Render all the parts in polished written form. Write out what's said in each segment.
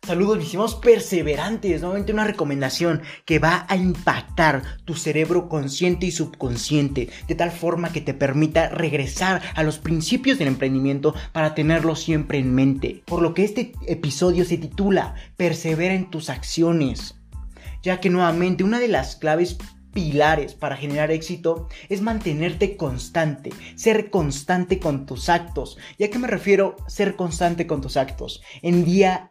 Saludos mis estimados perseverantes, nuevamente una recomendación que va a impactar tu cerebro consciente y subconsciente de tal forma que te permita regresar a los principios del emprendimiento para tenerlo siempre en mente. Por lo que este episodio se titula Persevera en tus acciones, ya que nuevamente una de las claves pilares para generar éxito es mantenerte constante, ser constante con tus actos. ¿Y a qué me refiero ser constante con tus actos? En día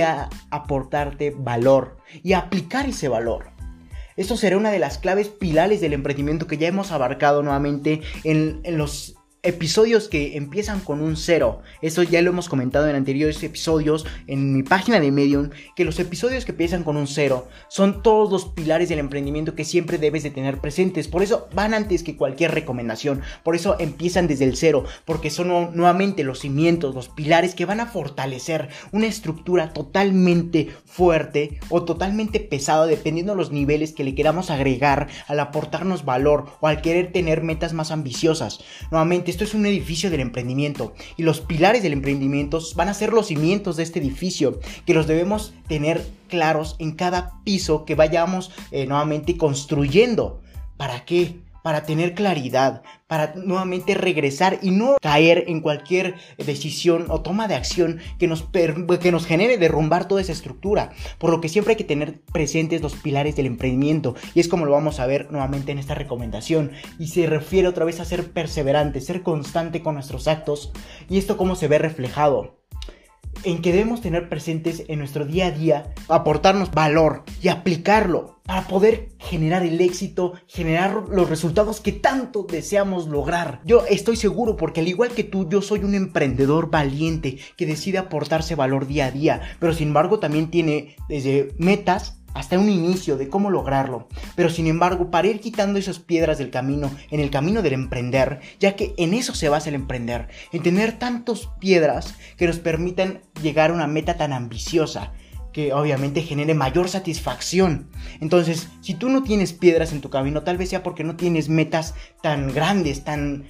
aportarte valor y aplicar ese valor. Esto será una de las claves pilares del emprendimiento que ya hemos abarcado nuevamente en los episodios que empiezan con un 0. Eso ya lo hemos comentado en anteriores episodios en mi página de Medium, que los episodios que empiezan con un 0 son todos los pilares del emprendimiento que siempre debes de tener presentes. Por eso van antes que cualquier recomendación. Por eso empiezan desde el 0, porque son nuevamente los cimientos, los pilares que van a fortalecer una estructura totalmente fuerte o totalmente pesada, dependiendo de los niveles que le queramos agregar al aportarnos valor o al querer tener metas más ambiciosas. Nuevamente, esto es un edificio del emprendimiento y los pilares del emprendimiento van a ser los cimientos de este edificio, que los debemos tener claros en cada piso que vayamos nuevamente construyendo. ¿Para qué? Para tener claridad, para nuevamente regresar y no caer en cualquier decisión o toma de acción que nos genere derrumbar toda esa estructura. Por lo que siempre hay que tener presentes los pilares del emprendimiento, y es como lo vamos a ver nuevamente en esta recomendación, y se refiere otra vez a ser perseverante, ser constante con nuestros actos. Y esto cómo se ve reflejado en que debemos tener presentes en nuestro día a día, aportarnos valor y aplicarlo para poder generar el éxito, generar los resultados que tanto deseamos lograr. Yo estoy seguro, porque al igual que tú, yo soy un emprendedor valiente que decide aportarse valor día a día, pero sin embargo también tiene desde metas hasta un inicio de cómo lograrlo. Pero sin embargo, para ir quitando esas piedras del camino, en el camino del emprender, ya que en eso se basa el emprender, en tener tantas piedras que nos permitan llegar a una meta tan ambiciosa, que obviamente genere mayor satisfacción. Entonces, si tú no tienes piedras en tu camino, tal vez sea porque no tienes metas tan grandes, tan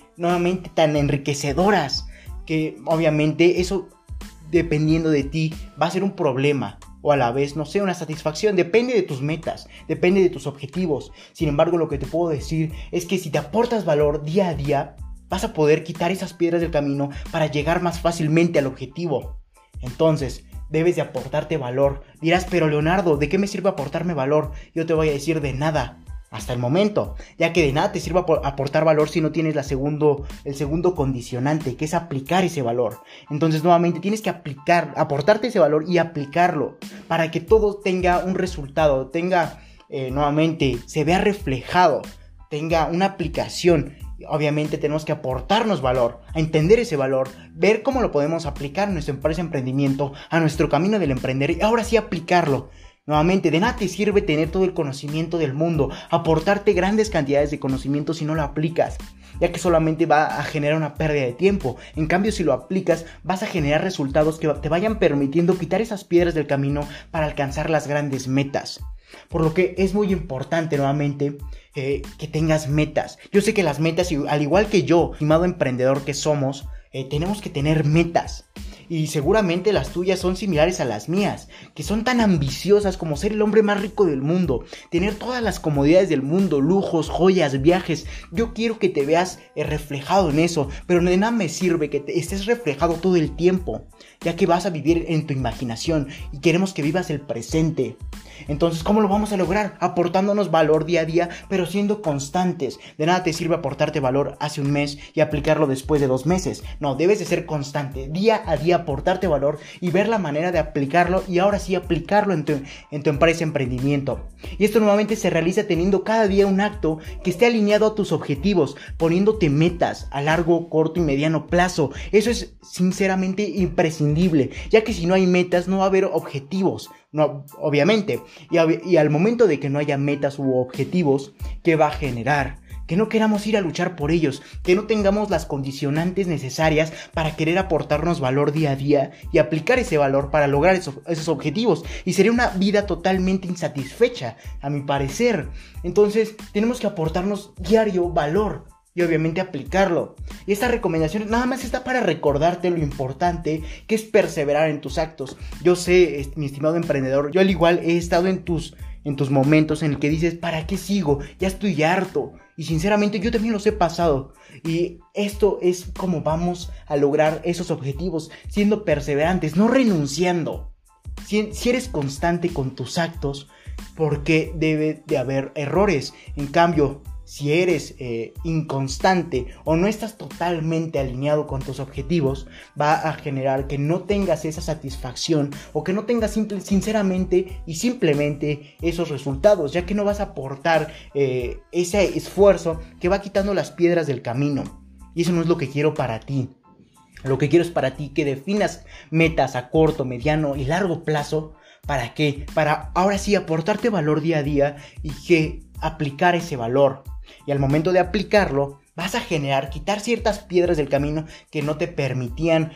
enriquecedoras, que obviamente eso, dependiendo de ti, va a ser un problema. O a la vez, no sé, una satisfacción. Depende de tus metas, depende de tus objetivos. Sin embargo, lo que te puedo decir es que si te aportas valor día a día, vas a poder quitar esas piedras del camino para llegar más fácilmente al objetivo. Entonces, debes de aportarte valor. Dirás, pero Leonardo, ¿de qué me sirve aportarme valor? Yo te voy a decir, de nada. Hasta el momento, ya que de nada te sirve aportar valor si no tienes el segundo condicionante, que es aplicar ese valor. Entonces nuevamente tienes que aportarte ese valor y aplicarlo para que todo tenga un resultado, nuevamente se vea reflejado, tenga una aplicación. Obviamente tenemos que aportarnos valor, a entender ese valor, ver cómo lo podemos aplicar a nuestra empresa, emprendimiento, a nuestro camino del emprender, y ahora sí aplicarlo. Nuevamente, de nada te sirve tener todo el conocimiento del mundo, aportarte grandes cantidades de conocimiento si no lo aplicas, ya que solamente va a generar una pérdida de tiempo. En cambio, si lo aplicas, vas a generar resultados que te vayan permitiendo quitar esas piedras del camino para alcanzar las grandes metas. Por lo que es muy importante nuevamente que tengas metas. Yo sé que las metas, al igual que yo, estimado emprendedor que somos, tenemos que tener metas. Y seguramente las tuyas son similares a las mías, que son tan ambiciosas como ser el hombre más rico del mundo, tener todas las comodidades del mundo, lujos, joyas, viajes. Yo quiero que te veas reflejado en eso, pero de nada me sirve que estés reflejado todo el tiempo, ya que vas a vivir en tu imaginación y queremos que vivas el presente. Entonces, ¿cómo lo vamos a lograr? Aportándonos valor día a día, pero siendo constantes. De nada te sirve aportarte valor hace un mes y aplicarlo después de 2 meses. No, debes de ser constante, día a día aportarte valor y ver la manera de aplicarlo, y ahora sí aplicarlo en tu empresa, emprendimiento. Y esto nuevamente se realiza teniendo cada día un acto que esté alineado a tus objetivos, poniéndote metas a largo, corto y mediano plazo. Eso es sinceramente imprescindible, ya que si no hay metas no va a haber objetivos. No, obviamente, y al momento de que no haya metas u objetivos, ¿qué va a generar? Que no queramos ir a luchar por ellos, que no tengamos las condicionantes necesarias para querer aportarnos valor día a día y aplicar ese valor para lograr esos objetivos, y sería una vida totalmente insatisfecha, a mi parecer. Entonces tenemos que aportarnos diario valor, y obviamente aplicarlo. Y esta recomendación nada más está para recordarte lo importante que es perseverar en tus actos. Yo sé, mi estimado emprendedor, yo al igual he estado en tus momentos en el que dices, ¿para qué sigo? Ya estoy harto. Y sinceramente yo también los he pasado. Y esto es como vamos a lograr esos objetivos, siendo perseverantes, no renunciando. Si eres constante con tus actos, porque debe de haber errores. En cambio, si eres inconstante o no estás totalmente alineado con tus objetivos, va a generar que no tengas esa satisfacción o que no tengas sinceramente y simplemente esos resultados, ya que no vas a aportar ese esfuerzo que va quitando las piedras del camino. Y eso no es lo que quiero para ti. Lo que quiero es para ti que definas metas a corto, mediano y largo plazo. ¿Para qué? Para ahora sí aportarte valor día a día y que aplicar ese valor. Y al momento de aplicarlo, vas a quitar ciertas piedras del camino que no te permitían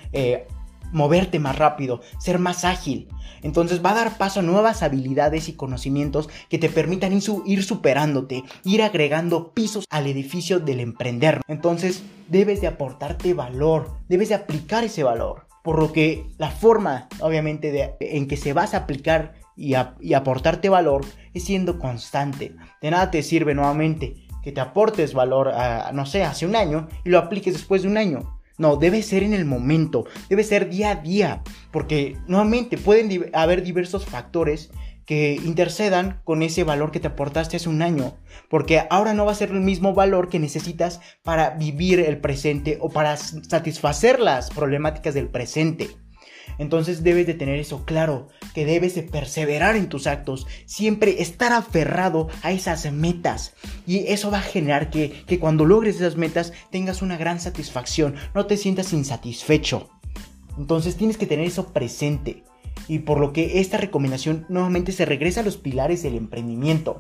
moverte más rápido, ser más ágil. Entonces va a dar paso a nuevas habilidades y conocimientos que te permitan ir superándote, ir agregando pisos al edificio del emprender. Entonces debes de aportarte valor, debes de aplicar ese valor. Por lo que la forma, obviamente, en que se vas a aplicar y aportarte valor es siendo constante. De nada te sirve nuevamente que te aportes valor, hace un año y lo apliques después de un año. No, debe ser en el momento, debe ser día a día, porque nuevamente pueden haber diversos factores que intercedan con ese valor que te aportaste hace un año, porque ahora no va a ser el mismo valor que necesitas para vivir el presente o para satisfacer las problemáticas del presente. Entonces debes de tener eso claro, que debes de perseverar en tus actos, siempre estar aferrado a esas metas, y eso va a generar que cuando logres esas metas tengas una gran satisfacción, no te sientas insatisfecho. Entonces tienes que tener eso presente, y por lo que esta recomendación nuevamente se regresa a los pilares del emprendimiento.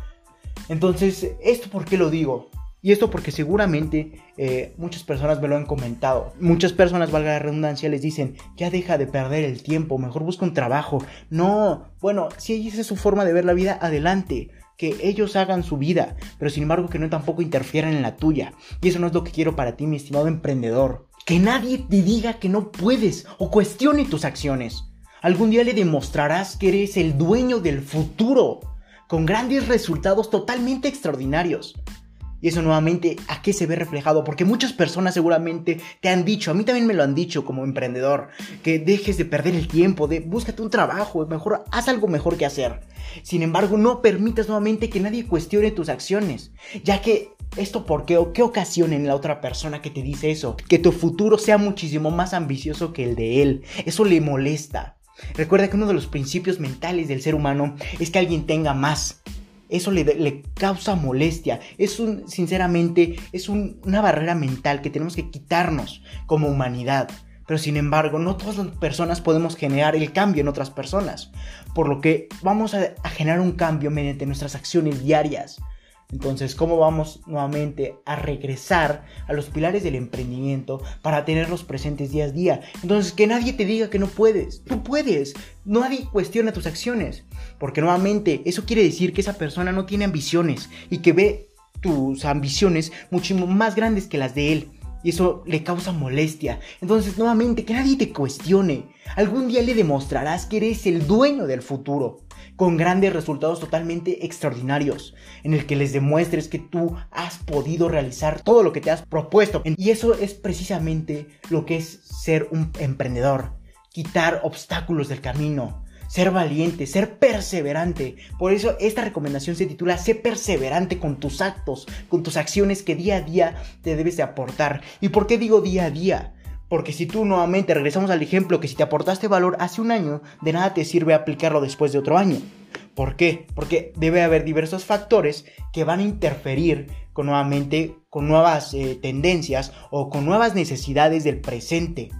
Entonces, ¿esto por qué lo digo? Y esto porque seguramente muchas personas me lo han comentado. Muchas personas, valga la redundancia, les dicen, ya deja de perder el tiempo, mejor busca un trabajo. No, bueno, si esa es su forma de ver la vida, adelante. Que ellos hagan su vida, pero sin embargo que no tampoco interfieran en la tuya. Y eso no es lo que quiero para ti, mi estimado emprendedor. Que nadie te diga que no puedes o cuestione tus acciones. Algún día le demostrarás que eres el dueño del futuro, con grandes resultados totalmente extraordinarios. Y eso nuevamente, ¿a qué se ve reflejado? Porque muchas personas seguramente te han dicho, a mí también me lo han dicho como emprendedor, que dejes de perder el tiempo, búscate un trabajo, mejor haz algo mejor que hacer. Sin embargo, no permitas nuevamente que nadie cuestione tus acciones, ya que ¿esto por qué? ¿O qué ocasiona en la otra persona que te dice eso? Que tu futuro sea muchísimo más ambicioso que el de él. Eso le molesta. Recuerda que uno de los principios mentales del ser humano es que alguien tenga más. Eso le causa molestia. Sinceramente, es una barrera mental que tenemos que quitarnos como humanidad. Pero sin embargo, no todas las personas podemos generar el cambio en otras personas. Por lo que vamos a generar un cambio mediante nuestras acciones diarias. Entonces, ¿cómo vamos nuevamente a regresar a los pilares del emprendimiento para tenerlos presentes día a día? Entonces, que nadie te diga que no puedes. Tú puedes. Nadie cuestiona tus acciones. Porque nuevamente, eso quiere decir que esa persona no tiene ambiciones y que ve tus ambiciones mucho más grandes que las de él. Y eso le causa molestia. Entonces, nuevamente, que nadie te cuestione. Algún día le demostrarás que eres el dueño del futuro, con grandes resultados totalmente extraordinarios, en el que les demuestres que tú has podido realizar todo lo que te has propuesto. Y eso es precisamente lo que es ser un emprendedor. Quitar obstáculos del camino. Ser valiente, ser perseverante. Por eso esta recomendación se titula Sé perseverante con tus actos, con tus acciones que día a día te debes de aportar. ¿Y por qué digo día a día? Porque si tú nuevamente regresamos al ejemplo que si te aportaste valor hace un año, de nada te sirve aplicarlo después de otro año. ¿Por qué? Porque debe haber diversos factores que van a interferir con nuevas tendencias o con nuevas necesidades del presente.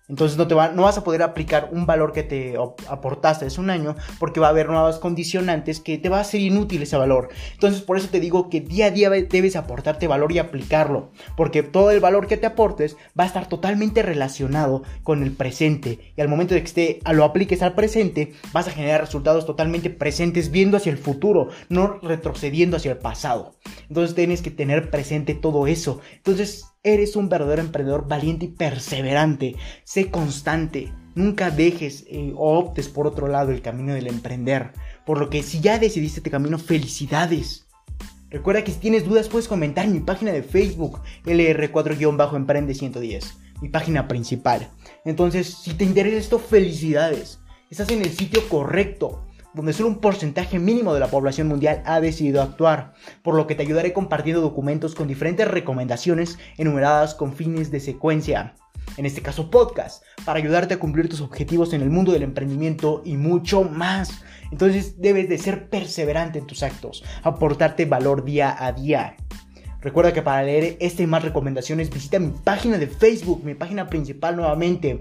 Entonces no vas a poder aplicar un valor que te aportaste hace un año, porque va a haber nuevas condicionantes que te va a ser inútil ese valor. Entonces por eso te digo que día a día debes aportarte valor y aplicarlo, porque todo el valor que te aportes va a estar totalmente relacionado con el presente, y al momento de que lo apliques al presente vas a generar resultados totalmente presentes, viendo hacia el futuro, no retrocediendo hacia el pasado. Entonces tienes que tener presente todo eso. Entonces eres un verdadero emprendedor valiente y perseverante. Sé constante. Nunca dejes o optes por otro lado el camino del emprender. Por lo que si ya decidiste este camino, felicidades. Recuerda que si tienes dudas puedes comentar en mi página de Facebook, LR4-Emprende110, mi página principal. Entonces, si te interesa esto, felicidades. Estás en el sitio correcto, donde solo un porcentaje mínimo de la población mundial ha decidido actuar, por lo que te ayudaré compartiendo documentos con diferentes recomendaciones enumeradas con fines de secuencia, en este caso podcast, para ayudarte a cumplir tus objetivos en el mundo del emprendimiento y mucho más. Entonces debes de ser perseverante en tus actos, aportarte valor día a día. Recuerda que para leer este y más recomendaciones visita mi página de Facebook, mi página principal nuevamente,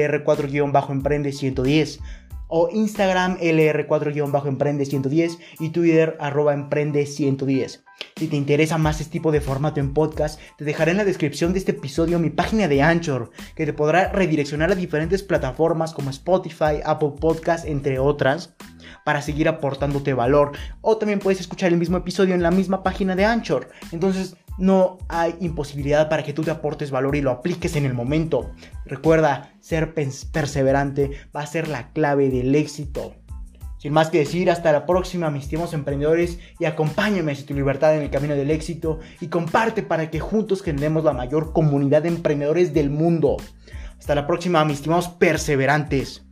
LR4-Emprende110, o Instagram LR4-Emprende110 y Twitter @Emprende110. Si te interesa más este tipo de formato en podcast, te dejaré en la descripción de este episodio mi página de Anchor, que te podrá redireccionar a diferentes plataformas como Spotify, Apple Podcast, entre otras, para seguir aportándote valor. O también puedes escuchar el mismo episodio en la misma página de Anchor. Entonces no hay imposibilidad para que tú te aportes valor y lo apliques en el momento. Recuerda, ser perseverante va a ser la clave del éxito. Sin más que decir, hasta la próxima, mis estimados emprendedores, y acompáñame hacia tu libertad en el camino del éxito y comparte para que juntos generemos la mayor comunidad de emprendedores del mundo. Hasta la próxima, mis estimados perseverantes.